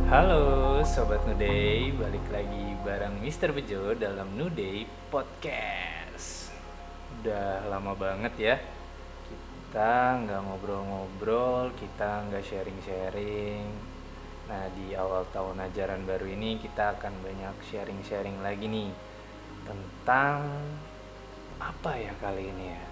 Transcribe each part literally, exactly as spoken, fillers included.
Halo Sobat Nuday, balik lagi bareng Mister Bejo dalam Nuday Podcast. Udah lama banget ya kita nggak ngobrol-ngobrol, kita nggak sharing-sharing. Nah di awal tahun ajaran baru ini kita akan banyak sharing-sharing lagi nih tentang apa ya kali ini ya.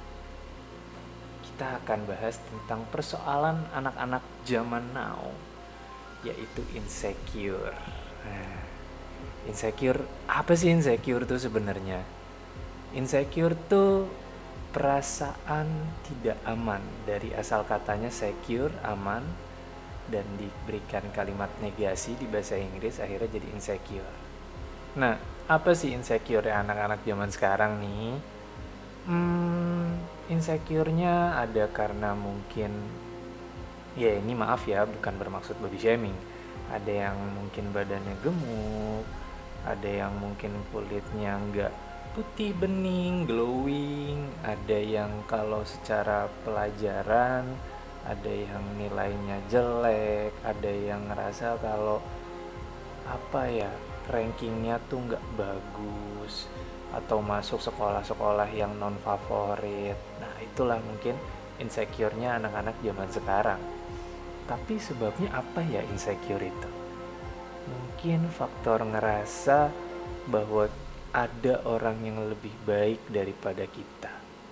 Kita akan bahas tentang persoalan anak-anak zaman now, yaitu insecure. Nah, insecure apa sih insecure tuh sebenarnya? Insecure tuh perasaan tidak aman, dari asal katanya secure, aman, dan diberikan kalimat negasi di bahasa Inggris akhirnya jadi insecure. Nah, apa sih insecure ya anak-anak zaman sekarang nih? Hmm, insecure-nya ada karena mungkin, ya ini maaf ya, bukan bermaksud body shaming. Ada yang mungkin badannya gemuk, ada yang mungkin kulitnya nggak putih bening, glowing, ada yang kalau secara pelajaran, ada yang nilainya jelek, ada yang ngerasa kalau apa ya, rankingnya tuh nggak bagus, atau masuk sekolah-sekolah yang non favorit. Nah itulah mungkin insecure-nya anak-anak zaman sekarang. Tapi sebabnya apa ya insecure itu? Mungkin faktor ngerasa bahwa ada orang yang lebih baik daripada kita.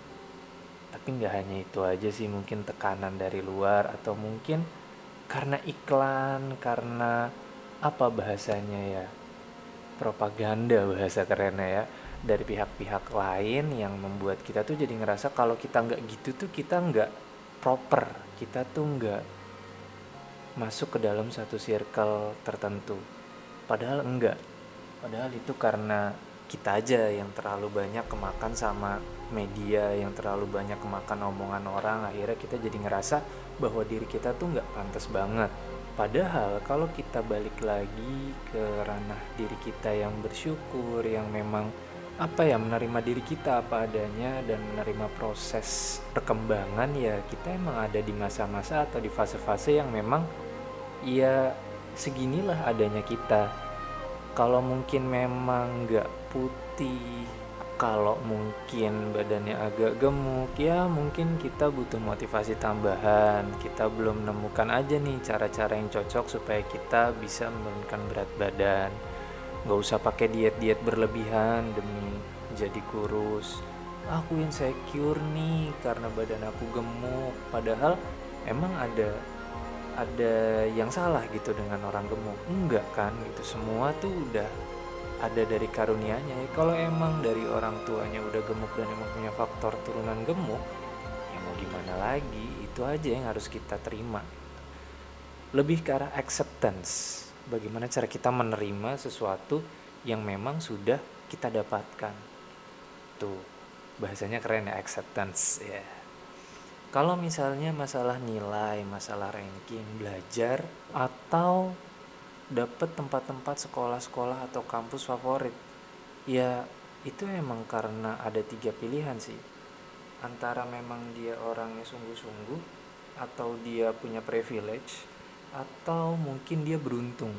Tapi nggak hanya itu aja sih, mungkin tekanan dari luar, atau mungkin karena iklan, karena apa bahasanya ya, propaganda bahasa kerennya ya, dari pihak-pihak lain yang membuat kita tuh jadi ngerasa kalau kita nggak gitu tuh kita nggak proper, kita tuh nggak masuk ke dalam satu circle tertentu. Padahal enggak. Padahal itu karena kita aja yang terlalu banyak kemakan sama media, yang terlalu banyak kemakan omongan orang, akhirnya kita jadi ngerasa bahwa diri kita tuh nggak pantas banget. Padahal kalau kita balik lagi ke ranah diri kita yang bersyukur, yang memang apa ya, menerima diri kita apa adanya dan menerima proses perkembangan, ya kita emang ada di masa-masa atau di fase-fase yang memang ya seginilah adanya kita. Kalau mungkin memang nggak putih, kalau mungkin badannya agak gemuk, ya mungkin kita butuh motivasi tambahan. Kita belum menemukan aja nih cara-cara yang cocok supaya kita bisa menurunkan berat badan. Nggak usah pakai diet-diet berlebihan demi jadi kurus. Aku insecure nih karena badan aku gemuk. Padahal emang ada ada yang salah gitu dengan orang gemuk? Enggak kan, gitu. Semua tuh udah ada dari karunianya. Ya, kalau emang dari orang tuanya udah gemuk dan emang punya faktor turunan gemuk, ya mau gimana lagi, itu aja yang harus kita terima. Lebih ke arah acceptance, bagaimana cara kita menerima sesuatu yang memang sudah kita dapatkan. Tuh, bahasanya keren ya, acceptance ya. Kalau misalnya masalah nilai, masalah ranking, belajar, atau dapat tempat-tempat sekolah-sekolah atau kampus favorit, ya itu emang karena ada tiga pilihan sih. Antara memang dia orangnya sungguh-sungguh, atau dia punya privilege, atau mungkin dia beruntung.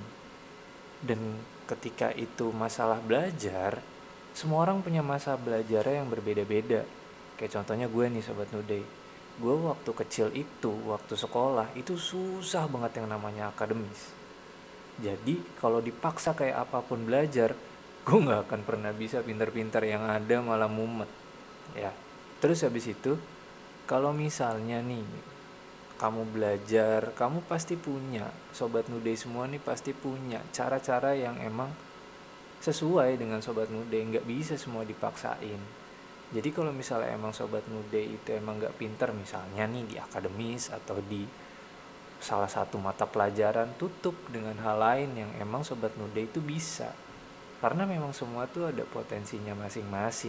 Dan ketika itu masalah belajar, semua orang punya masa belajarnya yang berbeda-beda. Kayak contohnya gue nih Sobat Nuday, gue waktu kecil itu, waktu sekolah itu susah banget yang namanya akademis. Jadi kalau dipaksa kayak apapun belajar, gue gak akan pernah bisa pintar-pintar, yang ada malah mumet ya. Terus habis itu, kalau misalnya nih kamu belajar, kamu pasti punya, Sobat Nuday semua nih pasti punya cara-cara yang emang sesuai dengan Sobat Nuday. Gak bisa semua dipaksain. Jadi kalau misalnya emang Sobat Nuday itu emang gak pinter, misalnya nih di akademis atau di salah satu mata pelajaran, tutup dengan hal lain yang emang Sobat Nuday itu bisa. Karena memang semua tuh ada potensinya masing-masing.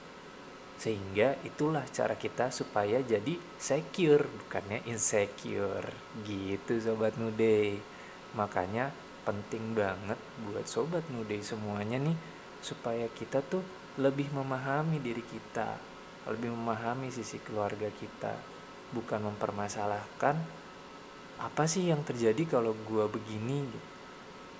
Sehingga itulah cara kita supaya jadi secure, bukannya insecure. Gitu Sobat Nuday. Makanya penting banget buat Sobat Nuday semuanya nih, supaya kita tuh lebih memahami diri kita, lebih memahami sisi keluarga kita, bukan mempermasalahkan apa sih yang terjadi kalau gue begini.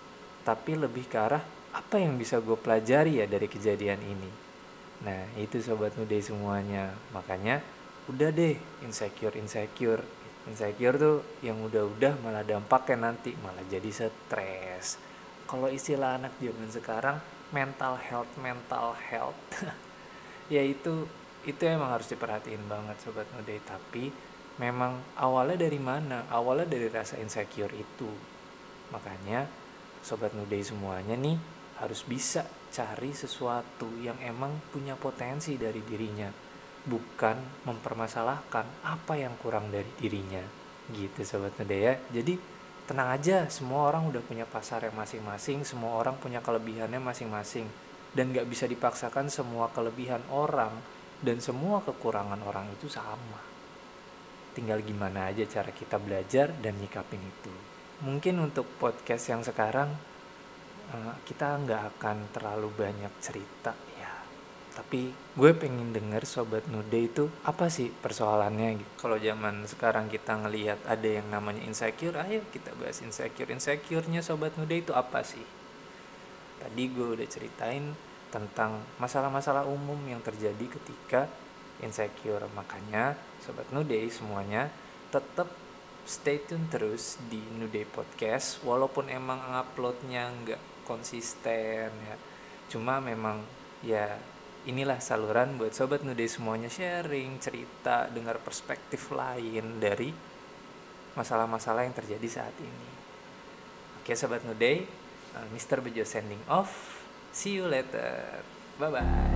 tapi lebih ke arah apa yang bisa gue pelajari ya dari kejadian ini. Nah itu Sobat Nuday semuanya. Makanya udah deh insecure insecure insecure tuh yang udah-udah malah dampaknya nanti malah jadi stres. Kalau istilah anak zaman sekarang mental health mental health ya itu itu emang harus diperhatiin banget Sobat Nuday. Tapi memang awalnya dari mana? Awalnya dari rasa insecure itu. Makanya Sobat Nuday semuanya nih harus bisa cari sesuatu yang emang punya potensi dari dirinya, bukan mempermasalahkan apa yang kurang dari dirinya. Gitu Sobat Nuday ya. Jadi tenang aja, semua orang udah punya pasar yang masing-masing, semua orang punya kelebihannya masing-masing, dan gak bisa dipaksakan semua kelebihan orang dan semua kekurangan orang itu sama. Tinggal gimana aja cara kita belajar dan nyikapin itu. Mungkin untuk podcast yang sekarang kita nggak akan terlalu banyak cerita ya, tapi gue pengen denger Sobat Nuday itu apa sih persoalannya gitu. Kalau zaman sekarang kita ngelihat ada yang namanya insecure, ayo kita bahas insecure insecure-nya Sobat Nuday itu apa sih. Tadi gue udah ceritain tentang masalah-masalah umum yang terjadi ketika insecure. Makanya Sobat Nuday semuanya tetap stay tune terus di Nuday Podcast, walaupun emang uploadnya nggak konsisten ya, cuma memang ya inilah saluran buat Sobat Nuday semuanya sharing, cerita, dengar perspektif lain dari masalah-masalah yang terjadi saat ini. Oke Sobat Nuday, uh, mister Bejo sending off. See you later. Bye bye.